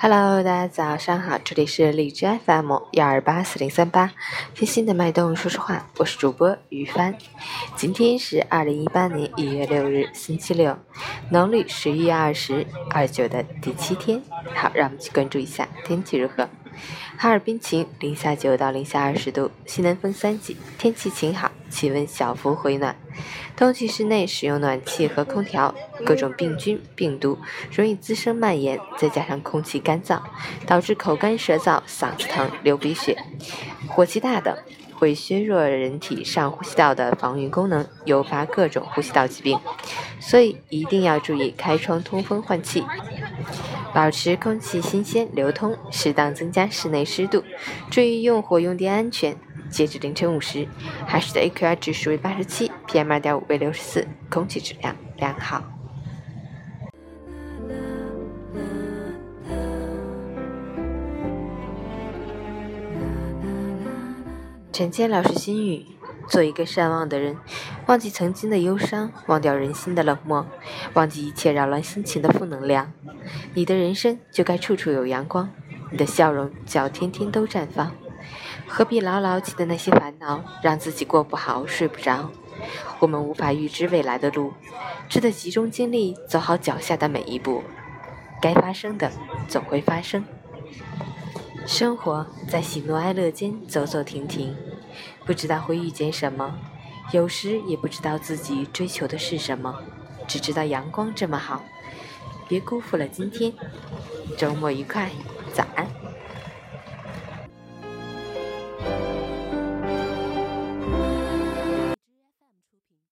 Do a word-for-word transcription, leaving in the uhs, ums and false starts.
Hello， 大家早上好，这里是荔枝 F M 幺二八四零三八，贴心的脉动说说话，我是主播于帆。今天是二零一八年一月六日，星期六，农历十一月二十，二九的第七天。好，让我们去关注一下天气如何。哈尔滨晴，零下九到零下二十度，西南风三级，天气晴好，气温小幅回暖。冬季室内使用暖气和空调，各种病菌、病毒容易滋生蔓延，再加上空气干燥，导致口干舌燥、嗓子疼、流鼻血。火气大的会削弱人体上呼吸道的防御功能，诱发各种呼吸道疾病，所以一定要注意开窗通风换气，保持空气新鲜流通，适当增加室内湿度，注意用火用电安全。截至凌晨五时，海市的 A Q I 指数为八十七 ，P M 二点五 为六十四，空气质量良好。陈谦老师心语：做一个善忘的人，忘记曾经的忧伤，忘掉人心的冷漠，忘记一切扰乱心情的负能量。你的人生就该处处有阳光，你的笑容就要天天都绽放。何必牢牢记得那些烦恼，让自己过不好睡不着。我们无法预知未来的路，只得集中精力走好脚下的每一步。该发生的总会发生。生活在喜怒哀乐间走走停停，不知道会遇见什么，有时也不知道自己追求的是什么，只知道阳光这么好，别辜负了今天。周末愉快，早安。